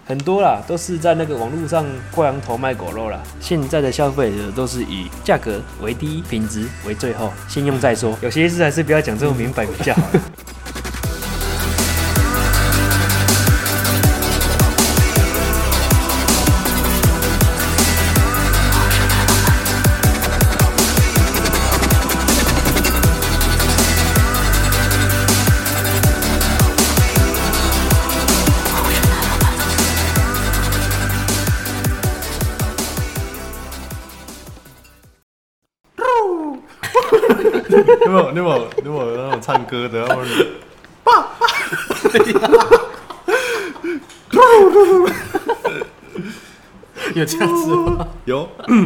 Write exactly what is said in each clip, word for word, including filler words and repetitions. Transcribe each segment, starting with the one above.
很多啦，都是在那个网络上挂羊头卖狗肉啦。现在的消费者都是以价格为第一，品质为最后，先用再说。有些事还是不要讲这么明白比较好。 你有没有你有没有你有没有那种唱歌的？然后爸爸， 有这样子吗？ 有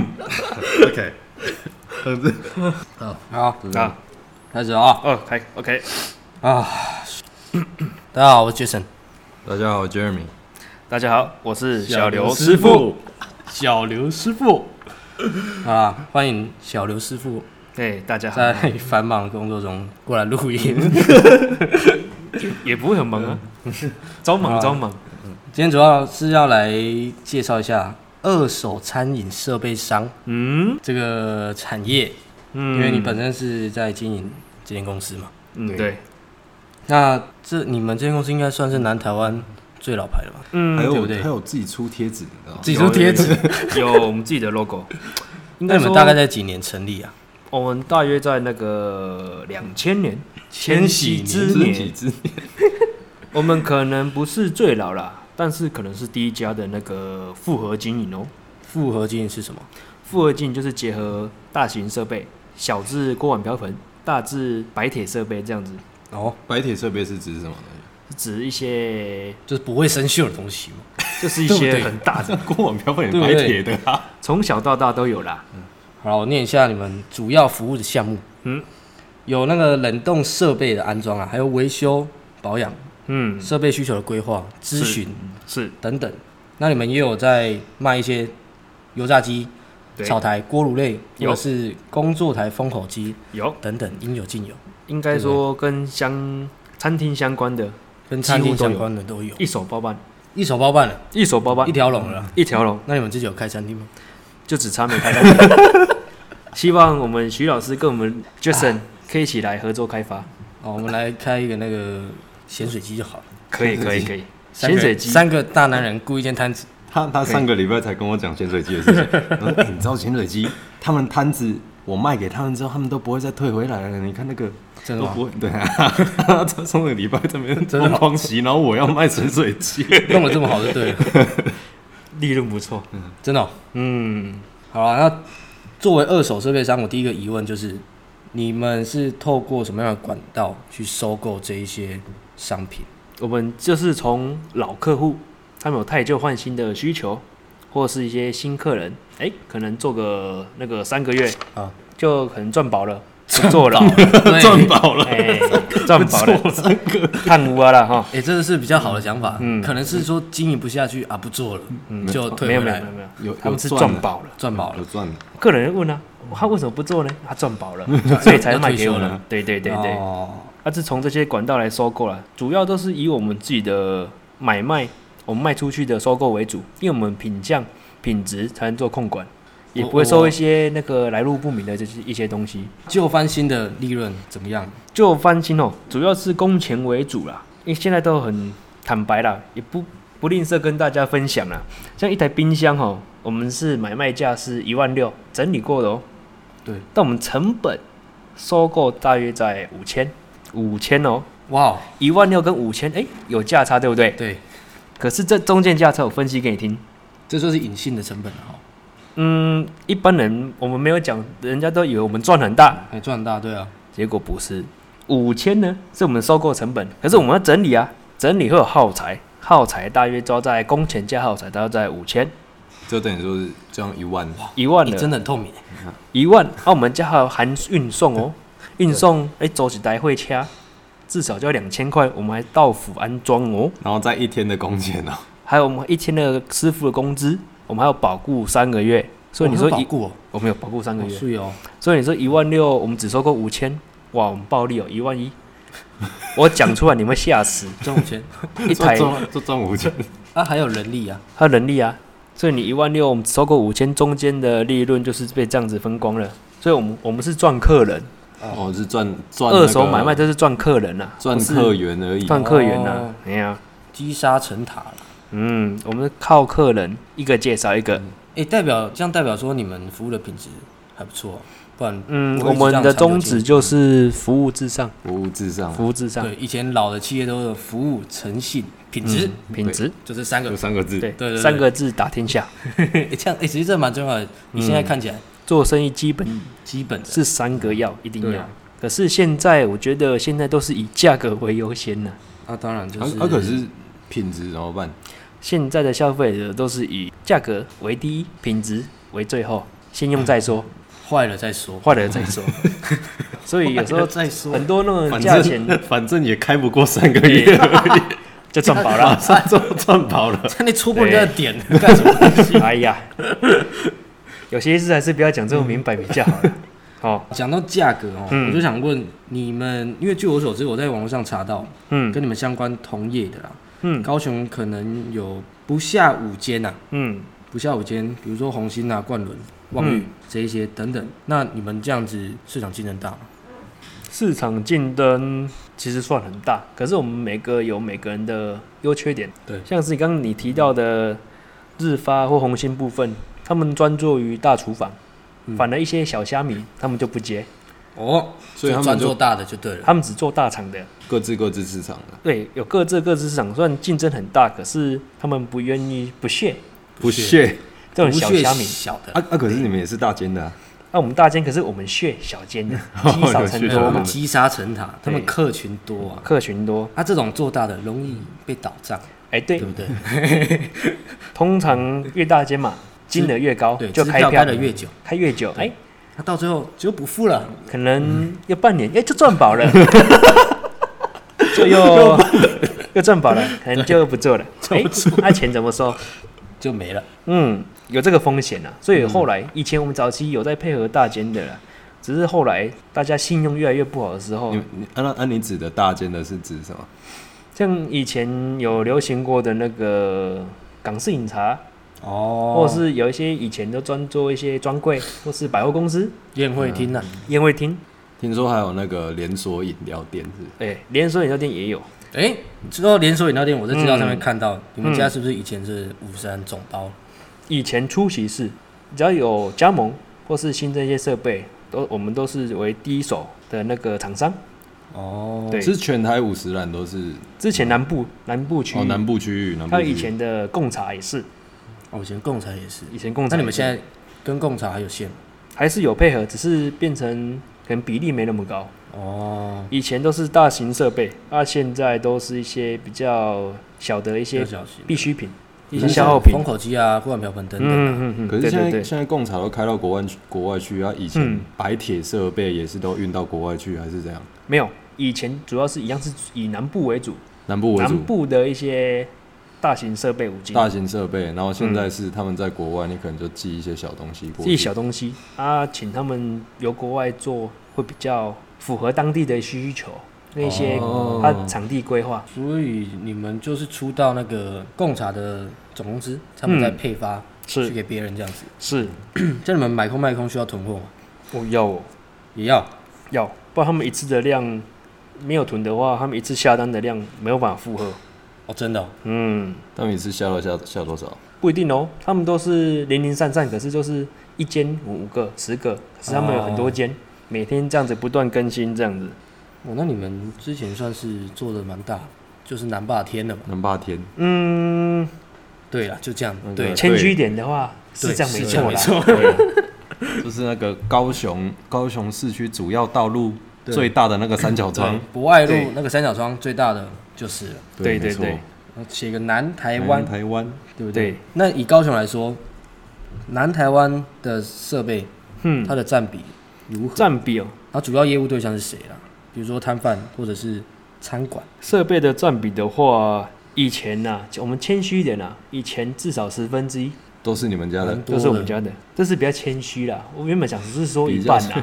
，OK， 好，好， 好， 开始啊！ 哦，开 OK 啊！大家好，我是 Jason。 大家好，我 Jeremy。 大家好，我是小刘师傅。 小刘师傅，好啦，欢迎小刘师傅。 对，大家好。 在繁忙的工作中过来录音， 也不会很忙啊，招忙招忙。 今天主要是要来介绍一下二手餐饮设备商，嗯，这个产业，嗯，因为你本身是在经营这间公司嘛， 嗯，对。 那这你们这间公司应该算是南台湾最老牌的吧？ 嗯，还有对不对？ 还有自己出贴纸， 自己出贴纸， 有我们自己的 logo。 那你们大概在几年成立啊？ 我们大约在那个两千年，千禧之年，我们可能不是最老啦，但是可能是第一家的那个复合经营哦。 复合经营是什么？ 复合经营就是结合大型设备，小至锅碗瓢盆，大至白铁设备这样子。 哦，白铁设备是指什么？ 是指一些就是不会生锈的东西嘛， 就是一些很大的锅碗瓢盆也白铁的啊， 从小到大都有啦。 嗯，好，我念一下你们主要服务的项目。嗯，有那个冷冻设备的安装啊，还有维修保养，嗯，设备需求的规划、咨询是等等。那你们也有在卖一些油炸机、炒台、锅炉类，或者是工作台封口机，有等等，应有尽有。 应该说跟相餐厅相关的， 跟餐厅相关的都有， 一手包办， 一手包办了， 一手包办， 一条龙了， 一条龙。 那你们自己有开餐厅吗？ 就只差没开餐厅。希望我们徐老师跟我们 Jason 可以一起来合作开发。 哦，我们来开一个那个咸水鸡就好了。 可以，可以，可以。咸水鸡， 三个大男人雇一间摊子。 他他上个礼拜才跟我讲咸水鸡的事情。我说、欸、你知道咸水鸡，他们摊子我卖给他们之后，他们都不会再退回来了。你看那个。 真的吗？ 不会，对啊，他上个礼拜这边疯狂洗，然后我要卖咸水鸡， 弄得这么好就对了， 利润不错， 嗯，真的、哦，嗯，好啊。那作为二手设备商，我第一个疑问就是，你们是透过什么样的管道去收购这一些商品？ 我们就是从老客户，他们有汰旧换新的需求，或是一些新客人，哎、欸，可能做个那个三个月啊，就可能赚饱了。不做了， 赚饱了， 哎，赚饱了，看无啊啦哈， 哎，这是比较好的想法，嗯，可能是说经营不下去啊，不做了，嗯，就退回来， 没有没有没有，有他们是赚饱了， 赚饱了， 有赚了。 客人问啊，他为什么不做呢？他赚饱了，所以才卖给我们。对对对对，哦，他是从这些管道来收购了，主要都是以我们自己的买卖，我们卖出去的收购为主，因为我们品相、品质才能做控管。也不会收一些那个来路不明的这些一些东西。 旧翻新的利润怎么样？ 旧翻新哦，主要是工钱为主啦，因为现在都很坦白啦，也不不吝啬跟大家分享啦。像一台冰箱哦，我们是买卖价是一万六，整理过的哦。对，但我们成本收购大约在五千，五千哦。哇，一万六跟五千，哎，有价差对不对？ 对。 可是这中间价差我分析给你听， 这就是隐性的成本了哈。 嗯，一般人我们没有讲，人家都以为我们赚很大， 还赚很大，对啊， 结果不是。五千呢是我们收购成本，可是我们要整理啊，整理会有耗材，耗材大约抓在工钱加耗材，大约在五千， 就等于说是这样一万， 一万了， 你真的很透明， 一万，啊，我们加还有含运送哦，运送哎走几台会掐，至少就要两千块，我们还到府安装哦， 然后再一天的工钱哦， 还有我们一天的师傅的工资。我们还有保固三个月，所以你说保固、哦， 我们有保固三个月， 是哦。 所以你说一万六，我们只收购五千，哇，我们暴利哦，一万一， 我讲出来你们吓死。 赚五千， 一台赚赚赚五千， 啊，还有人力啊， 它人力啊，所以你一万六，我们收购五千，中间的利润就是被这样子分光了。所以我们我们是赚客人， 哦，是赚赚二手买卖都是赚客人啊， 赚客源而已， 赚客源啊哦， 哎呀， 积沙成塔了。 嗯，我们靠客人一个介绍一个， 哎、代表这样代表说你们服务的品质还不错，不然嗯，我不会一直这样们的宗长久经营旨就是服务至上， 服务至上， 服务至上， 对以前老的企业都有服务、诚信、品质， 嗯品质， 就这三个有。三个字， 对对对对三个字打天下。 欸这样哎、欸其实这蛮重要的。你现在看起来做生意基本基本的是三个要一定要对啊， 可是现在我觉得现在都是以价格为优先了。 啊，当然就是。 啊，啊可是品质怎么办？ 现在的消费者都是以价格为第一，品质为最后，先用再说， 坏了再说， 坏了再说。所以有时候再说很多那种反价钱正反正也开不过三个月而已， 就赚饱马了。 上就赚饱了。 那你戳破人家的点干什么？ 哎呀，有些事还是不要讲这么明白比较好了。哦， 讲到价格哦， 嗯我就想问你们，因为据我所知，我在网络上查到嗯跟你们相关同业的啦， 嗯高雄可能有不下五间呐， 嗯， 不下五间，比如说红星啊、冠伦、望玉、 嗯这一些等等。那你们这样子市场竞争大吗？ 市场竞争其实算很大，可是我们每个有每个人的优缺点。 对像是你刚刚你提到的日发或红星部分，他们专做于大厨房， 嗯反而一些小虾米他们就不接， 哦， 所以他们就专做大的就对了。 他们只做大厂的。 各自各自市场的， 对，有各自各自市场，虽然竞争很大，可是他们不愿意不屑不屑这种不屑小虾米。 小的， 啊啊！可是你们也是大间的啊， 那、我们大间，可是我们屑小间的，积少成有多嘛他们，积沙成塔，他们对客群多啊。 客群多。 啊，这种做大的容易被倒账， 哎、对对，不对？ 通常越大间嘛，金额越高， 对， 就开票支票开的越久， 开越久，哎、 他到最后就不付了， 可能要半年，哎、就赚饱了，就又又赚饱了，可能就不做了。哎、那、钱怎么收？ 就没了。 嗯，有这个风险啊。所以后来，以前我们早期有在配合大间的啦，只是后来大家信用越来越不好的时候你，你按按、啊、你指的大间的是指什么？ 像以前有流行过的那个港式饮茶， 哦或者是有一些以前都专做一些专柜，或是百货公司、 宴会厅啊， 宴会厅， 听说还有那个连锁饮料店是不是？ 哎、连锁饮料店也有。 哎，你知道连锁饮料店，我在资料上面嗯看到，你们家是不是以前是五山总包？ 以前初期是，只要有加盟或是新增一些设备，都我们都是为第一手的那个厂商。 哦， 对， 是全台五十栏都是之前南部南部区域， 哦南部区域，南部还有区域以前的贡茶也是， 哦，以前贡茶也是。 以前贡茶也是。 那你们现在跟贡茶还有线吗？ 还是有配合，只是变成可能比例没那么高。 哦， 以前都是大型设备，啊，现在都是一些比较小的一比些较小心， 必需品，一些消耗品封。口机啊、锅碗瓢盆等等啊。 嗯嗯嗯， 可是现在对对对， 现在贡茶都开到国外去国外去啊，以前嗯白铁设备也是都运到国外去，还是这样？ 没有，以前主要是一样是以南部为主，南南部为主， 部的一些大型设备五金， 大型设备，然后现在是他们在国外，你可能就寄一些小东西过去。 一小东西啊，请他们由国外做，会比较符合当地的需求，那一些哦它场地规划。 所以你们就是出到那个贡茶的总公司，他们在配发去是给别人这样子。 是， 像你们买空卖空需要囤货吗？ 我要哦也要。 要，不然他们一次的量没有囤的话，他们一次下单的量没有办法负荷。 哦，真的哦。 嗯， 他们一次下了下下多少？ 不一定哦，他们都是零零散散，可是就是一间五个、十个，可是他们有很多间，每天这样子不断更新这样子。 哦，那你们之前算是做的蛮大，就是南霸天了嘛。 能霸天， 嗯， 对啦，就这样。 嗯对， 谦虚一点的话对是这样没是这样错啦。 没错对就是那个高雄高雄市区主要道路对最大的那个三角对窗，， 博爱路对那个三角窗最大的就是了。 对对没错对， 然后写个南台台湾， 台湾对不对？ 对那以高雄来说，南台湾的设备嗯， 它的占比如何？ 占比哦， 它主要业务对象是谁啦？比如说摊贩或者是餐馆。 设备的占比的话，以前呐、我们谦虚一点啦，以前至少十分之一都是你们家的蛮，多都是我们的家的，这是比较谦虚啦。我原本想只是说一比较半啦，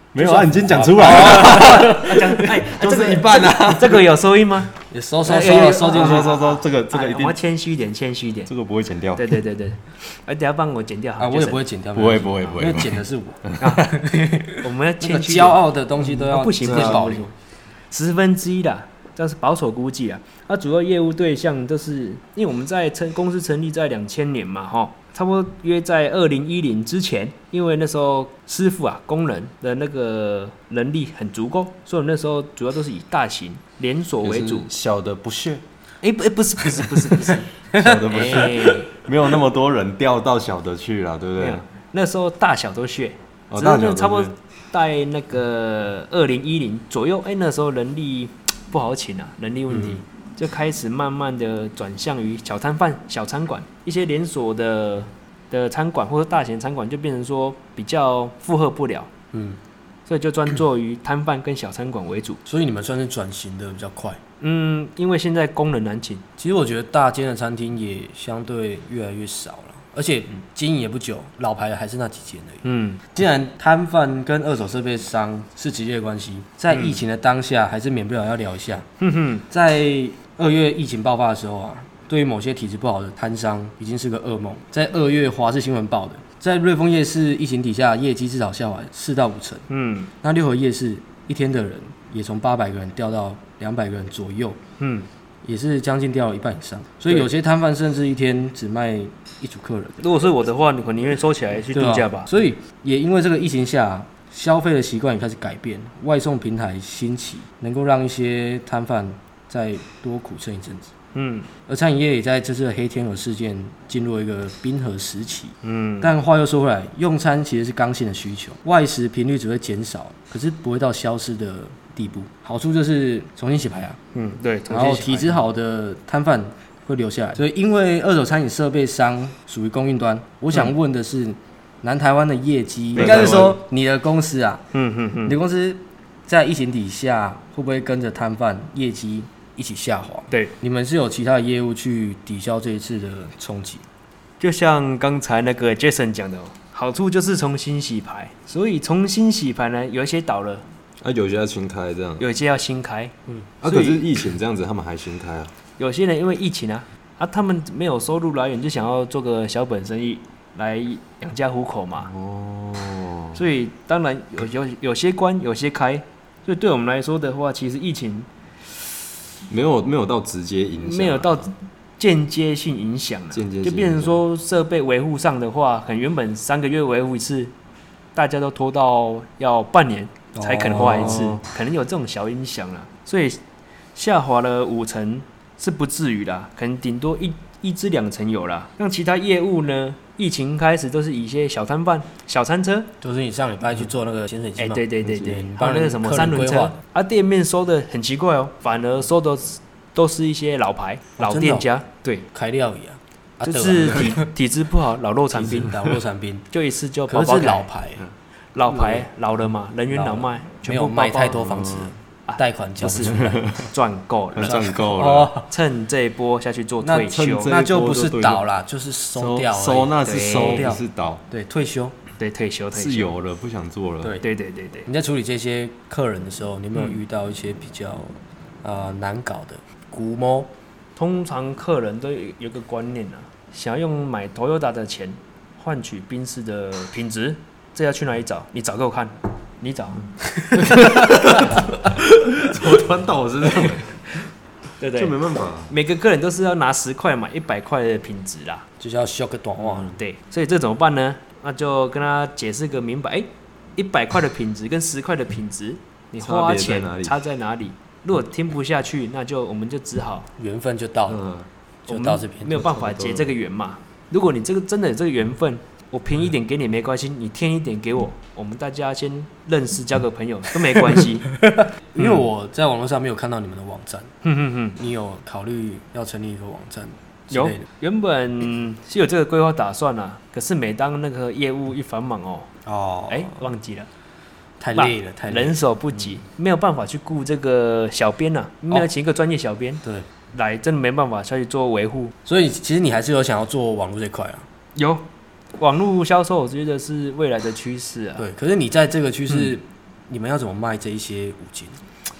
没有啊，你今天讲出来了， 讲哎， 就是一半啊。 这个有收音吗？ 也收收收了，收进去， 收收收，这个这个一定哎我要，谦虚一点，谦虚一点。 这个不会剪掉。 对对对对，哎，等下帮我剪掉好。 啊，我也不会剪掉， 不会不会不会因为剪的是我， 我们要那个谦虚。 骄傲的东西都要啊不行直不行接保留。 十分之一啦，这是保守估计啊。它主要业务对象都是，因为我们在成公司成立在两千年嘛，哈，差不多约在二零一零之前，因为那时候师傅啊、工人的那个能力很足够，所以那时候主要都是以大型连锁为主。 小的不屑， 哎、不、哎，不是，不是，不是，不是， 小的不屑， 哎没有那么多人调到小的去了，对不对没有？那时候大小都屑， 哦， 只大小是那差不多都是在那个二零一零左右，哎、那时候人力不好请啊，人力问题、 嗯就开始慢慢的转向于小摊贩、小餐馆，一些连锁的的餐馆或者大型餐馆就变成说比较负荷不了， 嗯， 所以就专做于摊贩跟小餐馆为主。 所以你们算是转型的比较快。 嗯，因为现在工人难请， 其实我觉得大间的餐厅也相对越来越少了，而且经营也不久，老牌的还是那几间而已。 嗯， 既然摊贩跟二手设备商是直接的关系，在疫情的当下，还是免不了要聊一下。 哼哼， 在二月疫情爆发的时候啊，对于某些体质不好的摊商已经是个噩梦。在二月华视新闻报的，在瑞丰夜市疫情底下，业绩至少下滑四到五成。 嗯那六合夜市一天的人也从八百个人掉到两百个人左右， 嗯， 也是将近掉了一半以上。所以有些摊贩甚至一天只卖一组客人。 如果是我的话，我宁愿收起来去度假吧。 所以也因为这个疫情下，消费的习惯也开始改变，外送平台兴起，能够让一些摊贩再多苦撑一阵子。 嗯而餐饮业也在这次的黑天鹅事件进入一个冰河时期。 嗯， 但话又说回来，用餐其实是刚性的需求，外食频率只会减少，可是不会到消失的地步。好处就是重新洗牌啊， 嗯，对， 然后体质好的摊贩会留下来。所以因为二手餐饮设备商属于供应端，我想问的是，南台湾的业绩， 嗯应该是说你的公司啊， 嗯嗯嗯， 你的公司在疫情底下会不会跟着摊贩业绩一起下滑？ 对， 你们是有其他的业务去抵消这一次的冲击？ 就像刚才那个 Jason 讲的、哦，好处就是重新洗牌，所以重新洗牌呢，有一些倒了， 啊，有些要新开这样， 有一些要新开，嗯， 啊，可是疫情这样子，他们还新开啊？ 有些人因为疫情啊，啊，他们没有收入来源，就想要做个小本生意来养家糊口嘛， 哦， 所以当然有有有些关，有些开，所以对我们来说的话，其实疫情没有没有到直接影响啊， 没有到间接性影响了， 间接性就变成说设备维护上的话，可能原本三个月维护一次，大家都拖到要半年才可能花一次， 哦可能有这种小影响了，所以下滑了五成是不至于啦，可能顶多一一至两成有啦。像其他业务呢，疫情开始都是以一些小摊贩、小餐车， 就是你上礼拜去做那个咸水鸡哎、 嘛， 对对对对嗯， 还有那个什么三轮车帮人客人规， 啊，店面收的很奇怪哦，反而收的都是一些老牌、老真的哦店家，对， 开料理啊，啊就是对吧体体质不好，老肉残兵， 老肉残兵， 就一次就可包包开是是老牌， 老牌老了嘛，人员老迈， 没全部包包有卖太多房子了， 啊贷款交不出来。 赚够了， 赚够了， 哦， 趁这一波下去做那退休趁这， 那就不是倒啦，就是收收掉而已收那是对收， 掉不是倒， 对，退休。 对，退休退休是有了不想做了， 对对对对对， 你在处理这些客人的时候，你有没有嗯遇到一些比较呃难搞的估摸？ 通常客人都有有个观念啊，想要用买 Toyota 的钱换取宾士的品质，这要去哪里找？你找给我看，你找， 怎么突然到我身上？ 对不对？ 就没办法， 每个客人都是要拿十块买一百块的品质啦， 就是要修个短袜。 对，所以这怎么办呢？那就跟他解释个明白，哎，一百块的品质跟十块的品质，你花钱差别在哪里差在哪里？如果听不下去，那就我们就只好缘分就到了， 嗯， 我们就到这边。 没有办法结这个缘嘛。如果你这个真的有这个缘分，我便宜一点给你没关系，你添一点给我，我们大家先认识交个朋友都没关系。 因为我在网络上没有看到你们的网站， 哼哼哼， 你有考虑要成立一个网站之有类的？ 原本是有这个规划打算啦，可是每当那个业务一繁忙哦， 哦， 哎、忘记了， 太累了，太累了。 人手不及，没有办法去顾这个小编呐、没有请一个专业小编对， 来，真的没办法下去做维护。 所以其实你还是有想要做网络这块啊。 有网络销售，我觉得是未来的趋势啊。 对，可是你在这个趋势你们要怎么卖这一些五金？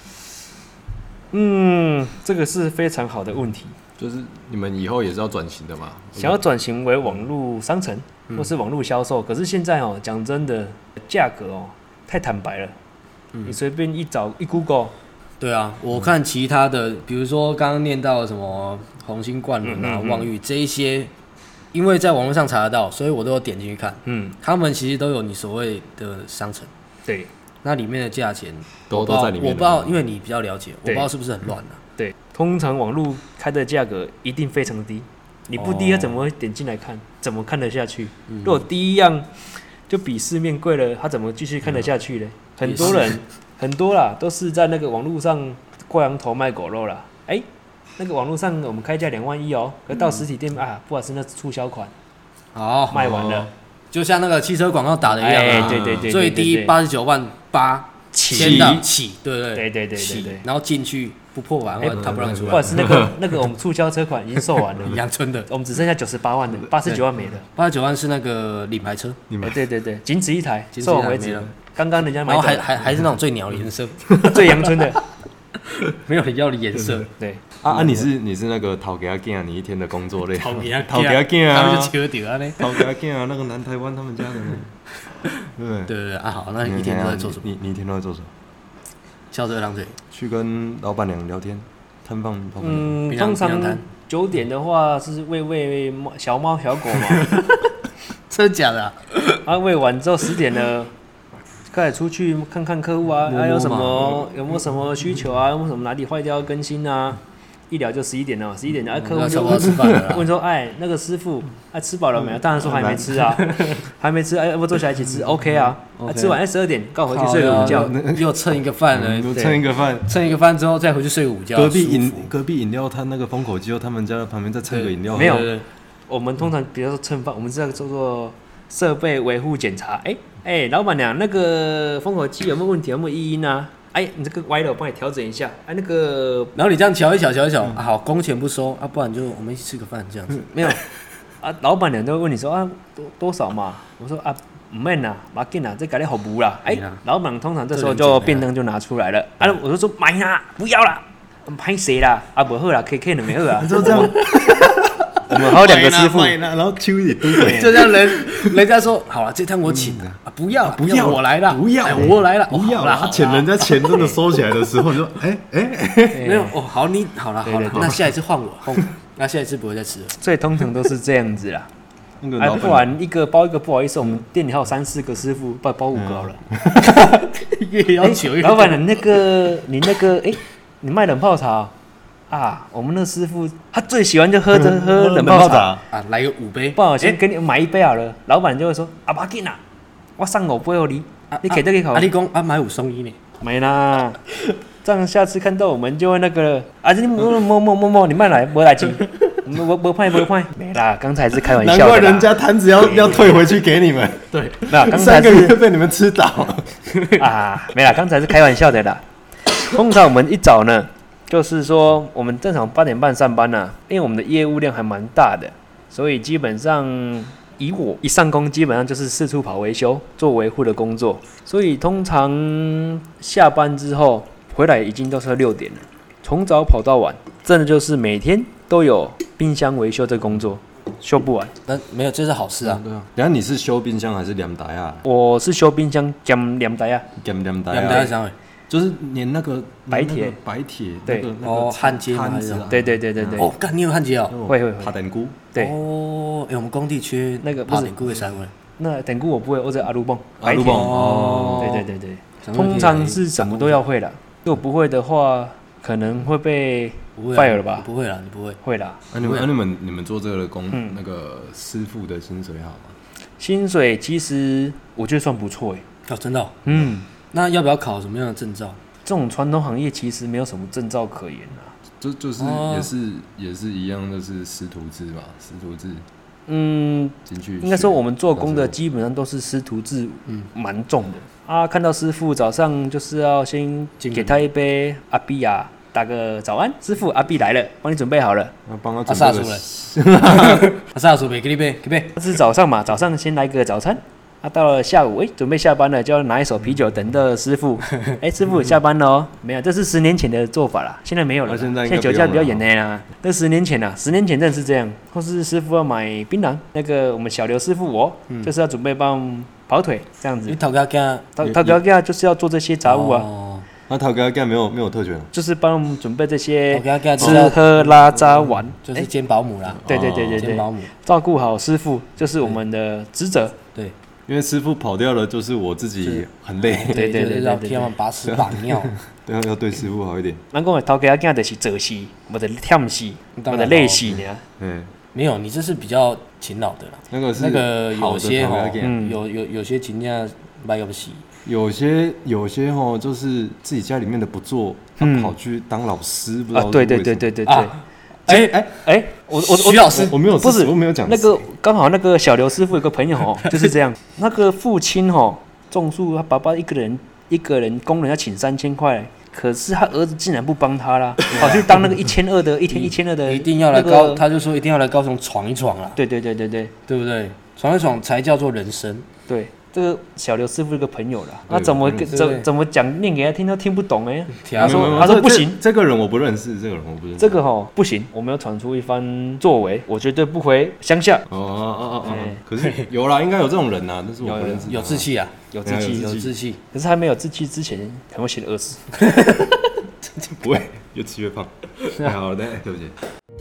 嗯，这个是非常好的问题。 就是你们以后也是要转型的嘛？ 想要转型为网络商城或是网络销售，可是现在哦，讲真的，价格哦太坦白了。嗯、你随便一找一 Google， 对啊，我看其他的，比如说刚刚念到的什么红星冠伦啊、 嗯嗯嗯望玉这一些，因为在网络上查得到，所以我都有点进去看。嗯，他们其实都有你所谓的商城。 对， 那里面的价钱都都在里面。 我不知道，因为你比较了解，我不知道是不是很乱啊。 对，通常网络开的价格一定非常低，你不低，他怎么会点进来看？怎么看得下去？嗯、如果第一样就比市面贵了，他怎么继续看得下去呢？嗯、很多人很多啦，都是在那个网络上挂羊头卖狗肉啦。哎、欸，那个网络上我们开价两万一哦，可到实体店、嗯、啊，不好意思，那是促销款， 哦， 卖完了， 就像那个汽车广告打的一样啊， 哎、对对 对, 對， 最低八十九万八。 起的起，对对对对对对对， 然后进去不破完，欸、他不让出来。 或者是那个那个我们促销车款已经售完了， 阳春的， 我们只剩下九十八万的，八十九万没了。 八十九万是那个领牌车， 欸、对对对，仅此一台，售完为止。刚刚人家买， 然后还还还是那种最鸟的颜色， 最阳春的， 没有人要的颜色。 对啊啊，你是你是那个讨给他干，你一天的工作量， 讨给他讨给他干啊， 他们就求掉啊嘞， 讨给他干啊，那个南台湾他们家的，对对对对啊，好，那你一天都在做什么？ 你你一天都在做什么？ 翘着二郎腿， 去跟老板娘聊天，探访老板娘。 嗯，通常九点的话是喂喂小猫小狗嘛， 真的假的啊？ 啊，喂完之后十点了，开始出去看看客户啊，还、啊、有什么有没有什么需求啊，有没有什么哪里坏掉要更新啊？一聊就十一点了，十一点了，啊，客户就问问说，哎，那个师傅，啊，吃饱了没有？当然说还没吃啊，还没吃，哎，要不坐下来一起吃 ？OK 啊，啊，吃完哎十二点，刚回去睡个午觉， 又蹭一个饭了， 蹭一个饭， 蹭一个饭之后再回去睡个午觉。 隔壁饮隔壁饮料摊那个风口鸡肉，他们家旁边再蹭个饮料， 没有，我们通常比如说蹭饭，我们是要做做设备维护检查，哎哎，老板娘，那个风口鸡有没有问题？有没有异音啊？哎，你这个歪了，我帮你调整一下。哎，那个， 然后你这样调一调，调一调，嗯啊、好，工钱不收啊，不然就我们一起吃个饭这样子。 嗯、没有啊，老板娘都会问你说啊，多多少嘛？我说啊，唔免啦，马紧啦，这改你服务啦。哎，老板通常这时候就便当就拿出来了。啊，我就说买啦，不要啦，拍谁啦？啊，不好啦，可以可以没好啦。 你说这样。 我们还有两个师傅， 然后秋也都对， 就像人人家说好了，这趟我请啊，不要不要，我来了， 不要我来了， 不要啦，他欠人家钱真的收起来的时候，就哎哎， 没有哦，好你好了好了，那下一次换我，那下一次不会再吃了。 所以通常都是这样子啦。哎，不然一个包一个，不好意思，我们店里还有三四个师傅，不包五个好了。 越要求越老板娘，那个你那个哎，你卖冷泡茶。啊，我们那师傅他最喜欢就喝着喝冷泡茶啊，来个五杯， 不然我先给你买一杯好了。老板就会说啊，不要紧啦，我送五杯给你，你给这个口。 啊，你讲啊，买五送一呢？ 没啦，这样下次看到我们就会那个啊，你摸摸摸摸摸，你慢来，不来劲，不不派不派，没啦，刚才是开玩笑的。 难怪人家摊子要要退回去给你们。 对，那刚才三个月被你们吃倒啊，没啦，刚才是开玩笑的啦。通常我们一早呢。就是说，我们正常八点半上班呐、啊，因为我们的业务量还蛮大的，所以基本上以我一上工，基本上就是四处跑维修、做维护的工作，所以通常下班之后回来已经都是六点了，从早跑到晚，真的就是每天都有冰箱维修这工作，修不完。 那没有，这是好事啊。 对啊。等下你是修冰箱还是凉台啊？ 我是修冰箱兼凉台啊。 兼凉台啊。 凉台是啥位？ 就是粘那个白铁， 白铁对， 哦，焊接摊子， 对对对对对。 哦，干，你有焊接哦？ 会会会。 爬电箍。 对。 哦，哎，我们工地缺那个爬电箍的三位。 那电箍我不会，我只阿鲁泵。 阿鲁泵。 哦。对对对对。通常是什么都要会啦，如果不会的话，可能会被 fire 了吧？ 不会啦，你不会。 会啦。 那你们那你们你们做这个工那个师傅的薪水好吗？ 薪水其实我觉得算不错哎。 哦，真的。 嗯。 那要不要考什么样的证照？ 这种传统行业其实没有什么证照可言啊， 就就是也是、哦、也是一样，就是师徒制嘛，师徒制。 嗯， 进去应该说我们做工的基本上都是师徒制，嗯，蛮重的啊。看到师傅早上就是要先给他一杯阿碧啊，打个早安，师傅阿碧来了，帮你准备好了。 那帮他准备了。阿萨叔没给你杯，给杯。 是早上嘛，早上先来个早餐。 啊，到了下午，哎、欸，准备下班了，就要拿一手啤酒等着师傅。哎、欸，师傅下班了哦，没有，这是十年前的做法啦，现在没有了。 现在现在酒驾比较严的啦。那十年前啊，十年前真的是这样。或是师傅要买槟榔，那个我们小刘师傅我、嗯、就是要准备帮跑腿这样子。 你头家干， 头头家干就是要做这些杂物啊。 哦、 那头家干没有没有特权， 就是帮我们准备这些吃喝拉扎玩， 就是兼保姆啦。 对对对对对， 兼保姆， 照顾好师傅就是我们的职责。 对。 因为师傅跑掉了，就是我自己很累。 对对对，要替他们把屎把尿。 对，要对师傅好一点。 咱讲的头家囝就是做事，或者忝死，或者累死呢。 嗯， 没有，你这是比较勤劳的啦。 那个是那个有些哈， 嗯， 有有有些勤假买不起。 有些有些哈，就是自己家里面的不做，他跑去当老师，不知道啊，对对对对对对。 哎哎哎，我我徐老师，我没有不是我没有讲那个刚好那个小刘师傅有个朋友哦，就是这样，那个父亲哦种树，他爸爸一个人一个人工人要请三千块，可是他儿子竟然不帮他啦，跑去当那个一千二的，一天一千二的， 一定要来高，他就说一定要来高雄闯一闯啦。 对对对对对， 对不对？闯一闯才叫做人生。 对。这个小刘师傅一个朋友啦，那怎么怎怎么讲念给他听都听不懂哎。 他说他说不行， 这个人我不认识，这个人我不认识。 这个吼不行，我们要传出一番作为，我绝对不回乡下。 哦哦哦哦，可是有啦，应该有这种人呐，但是我不认识。 有志气啊， 有志气， 有志气。 可是还没有志气之前，很会写的饿死。 不会，越吃越胖。好的，对不起。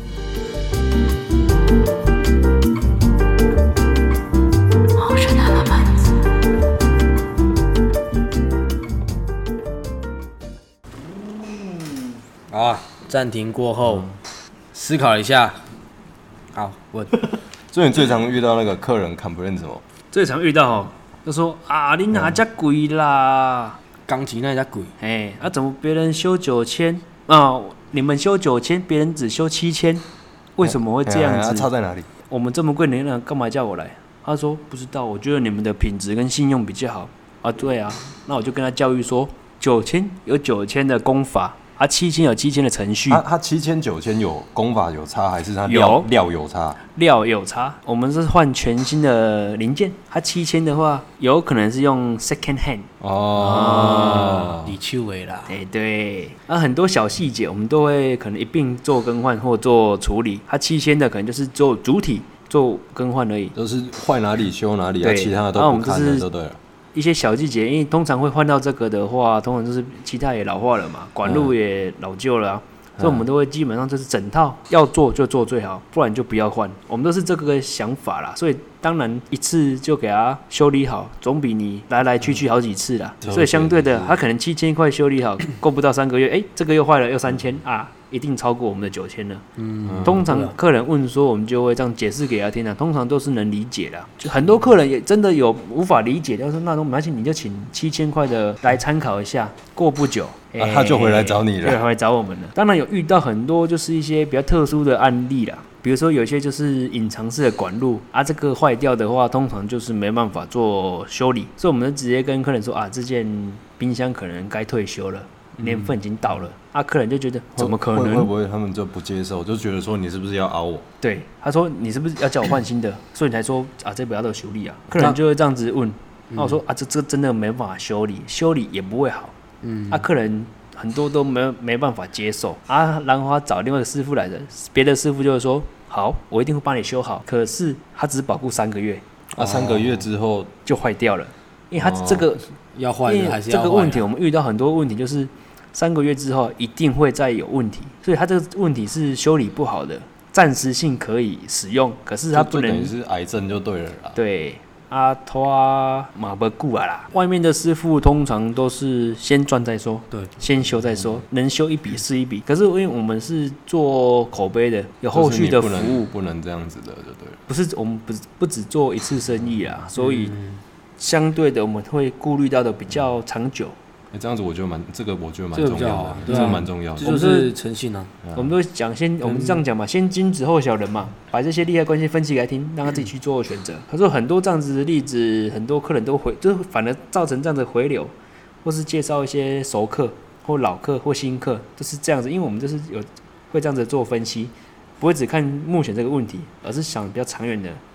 好啊，暂停过后，思考一下。好，问。 所以你最常遇到那个客人 complain 什么？ 最常遇到哦，就说啊，你哪家贵啦？ 钢琴那家贵。 哎，啊，怎么别人修九千啊？你们修九千，别人只修七千，为什么会这样子？ 差在哪里？ 我们这么贵，你呢干嘛叫我来？他说不知道，我觉得你们的品质跟信用比较好啊。对啊，那我就跟他教育说，九千有九千的功法。啊，七千有七千的程序。 他他七千九千有功法有差，还是他料料有差？ 料有差。我们是换全新的零件。他七千的话，有可能是用 second hand。 哦， 李秋伟啦。 哎、欸，对。啊，很多小细节我们都会可能一并做更换或做处理。他七千的可能就是做主体做更换而已， 就是坏哪里修哪里，啊，其他的都不看的就对了。 一些小细节，因为通常会换到这个的话，通常就是其他也老化了嘛，管路也老旧了、啊嗯，所以我们都会基本上就是整套要做就做最好，不然就不要换。我们都是这个想法啦，所以当然一次就给它修理好，总比你来来去去好几次啦。嗯、所以相对的，他可能七千块修理好，够不到三个月，哎、欸，这个又坏了，又三千啊。一定超过我们的九千了。嗯，通常客人问说，我们就会这样解释给他听啊。通常都是能理解的，就很多客人也真的有无法理解，他说那种没关系，你就请七千块的来参考一下。过不久， 啊、他就回来找你了， 对，回来找我们了。当然有遇到很多就是一些比较特殊的案例啦，比如说有些就是隐藏式的管路啊，这个坏掉的话，通常就是没办法做修理，所以我们就直接跟客人说啊，这件冰箱可能该退休了。年份已经到了，啊，客人就觉得怎么可能？ 会会不会他们就不接受，就觉得说你是不是要凹我？ 对，他说你是不是要叫我换新的，所以你才说啊，这不要都修理啊。客人就会这样子问，那、嗯、我说啊，这这真的没办法修理，修理也不会好。嗯，啊，客人很多都没没办法接受啊，然后他找另外一个师傅来的，别的师傅就会说好，我一定会帮你修好，可是他只保固三个月， 啊，三个月之后就坏掉了，因为他这个、哦、 要坏的还是要坏的这个问题，我们遇到很多问题就是。三个月之后一定会再有问题，所以它这个问题是修理不好的，暂时性可以使用，可是它不能。 等于是癌症就对了啦。 对，啊拖马不顾啊啦，外面的师傅通常都是先赚再说， 对， 先修再说，能修一笔是一笔。可是因为我们是做口碑的，有后续的服务， 不能这样子的，就对了。 不是我们不不只做一次生意啦，所以相对的我们会顾虑到的比较长久。 欸、这样子我觉得蛮，这个我觉得蛮重要的，这个蛮重要的。 这就是诚信啊！ 我们都讲先，我们这样讲嘛，先君子后小人嘛，把这些利害关系分析给他听，让他自己去做选择。他说很多这样子的例子，很多客人都回，就是反而造成这样的回流，或是介绍一些熟客或老客或新客，都是这样子。因为我们就是有会这样子做分析，不会只看目前这个问题，而是想比较长远的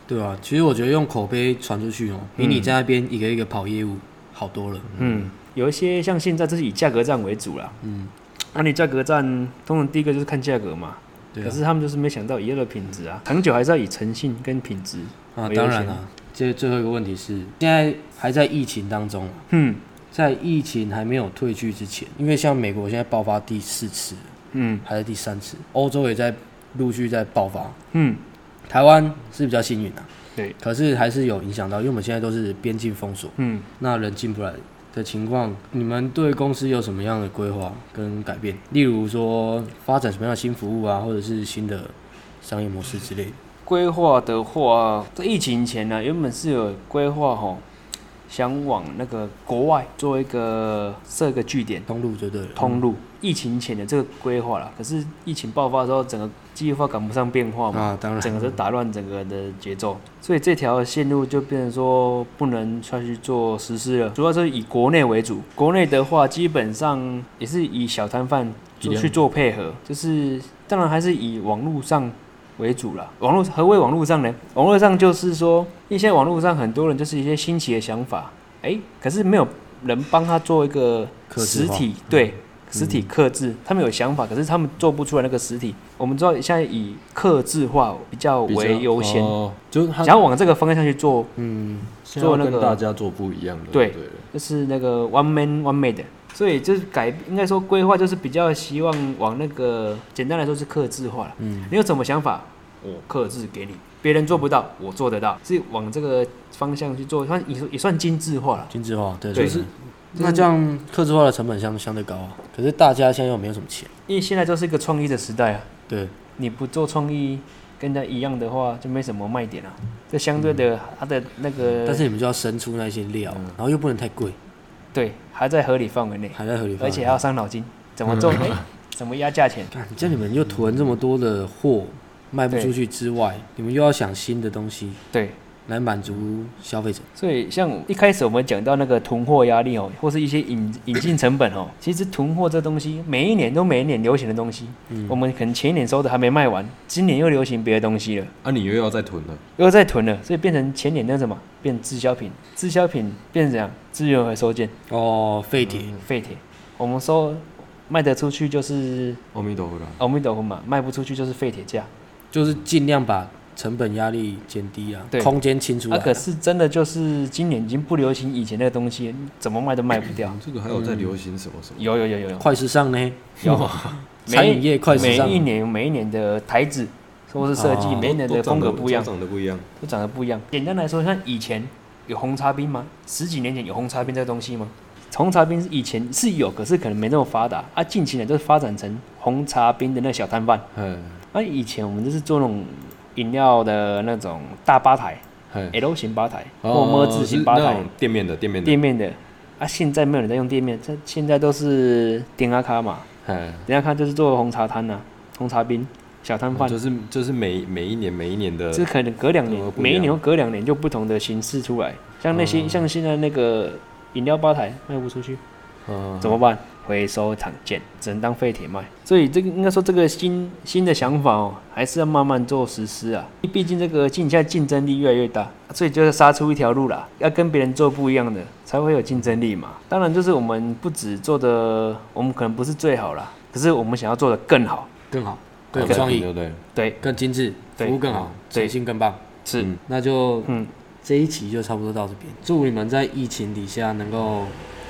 对啊，其实我觉得用口碑传出去哦，比你在那边一个一个跑业务好多了。 嗯，有一些像现在这是以价格战为主啦。嗯，那、啊、你价格战通常第一个就是看价格嘛。对、啊。可是他们就是没想到以后的品质啊，长久还是要以诚信跟品质啊。当然啦、啊，这最后一个问题是，现在还在疫情当中。嗯。在疫情还没有退去之前，因为像美国现在爆发第四次，嗯，还是第三次，欧洲也在陆续在爆发，嗯，台湾是比较幸运的、啊，对，可是还是有影响到，因为我们现在都是边境封锁，嗯，那人进不来的情况，你们对公司有什么样的规划跟改变？例如说发展什么样的新服务啊，或者是新的商业模式之类的。 规划的话，在疫情前呢、啊，原本是有规划吼。想往那个国外做一个设一个据点通路就对了， 通路。疫情前的这个规划啦，可是疫情爆发的时候，整个计划赶不上变化嘛，啊，当然，整个是打乱整个的节奏，所以这条线路就变成说不能再去做实施了，主要是以国内为主。国内的话，基本上也是以小摊贩去做配合，就是当然还是以网络上为主啦。网络何谓网络上呢？网络上就是说，因为现在网络上很多人就是一些新奇的想法，哎、欸，可是没有人帮他做一个实体，对，实体客制、嗯。他们有想法，可是他们做不出来那个实体。我们知道现在以客制化比较为优先，哦，就是想要往这个方向去做，嗯， 做那个跟大家做不一样的， 对，就是那个 one man one made。所以就是改，应该说规划就是比较希望往那个简单来说是客制化了。嗯，你有什么想法，我客制给你，别人做不到，我做得到，是往这个方向去做，算也也算精致化了。 精致化，对，对。就是那这样客制化的成本相相对高啊，可是大家现在又没有什么钱， 因为现在就是一个创意的时代啊。 对， 你不做创意跟人家一样的话，就没什么卖点啊。这相对的，它的那个， 但是你们就要生出那些料，嗯、然后又不能太贵。 对，还在合理范围内， 还在合理范围内， 而且还要伤脑筋，怎么做？哎、欸，怎么压价钱？ 叫你们又囤这么多的货卖不出去之外，你们又要想新的东西， 对， 来满足消费者。 所以像一开始我们讲到那个囤货压力哦，或是一些引引进成本哦，其实囤货这东西每一年都每一年流行的东西，嗯、我们可能前一年收的还没卖完，今年又流行别的东西了， 啊，你又要再囤了， 又要再囤了，所以变成前年那什么变滞销品，滞销品变成怎样？资源回收件哦，废铁， 废铁，我们收卖得出去就是阿弥陀佛啦， 阿弥陀佛嘛，卖不出去就是废铁价， 就是尽量把成本压力减低啊，空间清出来。 啊，可是真的就是今年已经不流行以前那个东西，怎么卖都卖不掉。 嗯、这个还有在流行什么什么？ 有有有有有， 快时尚呢？ 有， 餐饮业快时尚。 每一年每一年的台子或是设计，哦、每一年的风格不一样， 都长得不一样， 都长得不一样。简单来说，像以前。有红茶冰吗？十几年前有红茶冰这个东西吗？红茶冰以前是有，可是可能没那么发达啊。近期呢，就是发展成红茶冰的那个小摊贩。嗯。啊，以前我们就是做那种饮料的那种大吧台 ，L 型吧台或么字型吧台， 店面的店面的店面的。啊，现在没有人在用店面，这现在都是点啊卡嘛。嗯。点啊卡就是做红茶摊呐、啊，红茶冰。小摊贩、 嗯、就是就是每每一年每一年的， 就是可能隔两年，每一年或隔两年就不同的形式出来。像那些、嗯、像现在那个饮料吧台卖不出去，嗯、怎么办？回收厂建，只能当废铁卖。所以这个应该说这个新新的想法哦，还是要慢慢做实施啊。毕竟这个竞现在竞争力越来越大，所以就要杀出一条路啦，要跟别人做不一样的，才会有竞争力嘛。当然就是我们不只做的，我们可能不是最好啦，可是我们想要做的更好， 更好。更有创意，对对对， 更精致，服务更好，诚信更棒。 是， 嗯、那就嗯，这一期就差不多到这边。祝你们在疫情底下能够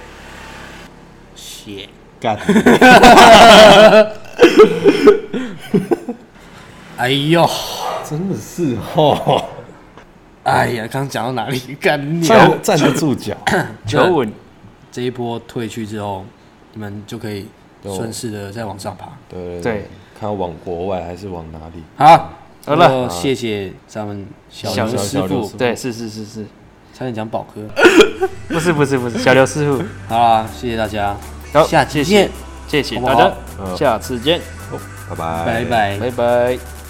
血干。 哎呦， 真的是哦。 哎呀，刚讲到哪里？干站站得住脚， 求稳。 这一波退去之后，你们就可以顺势的再往上爬。 对对对。看往国外还是往哪里？ 好，好了，谢谢咱们小刘师傅。对，是是是是， 差点讲宝科。 不是不是不是，小刘师傅。 好啦，谢谢大家， 好， 下期见， 谢谢大家，下次见， 拜拜， 拜拜， 拜拜。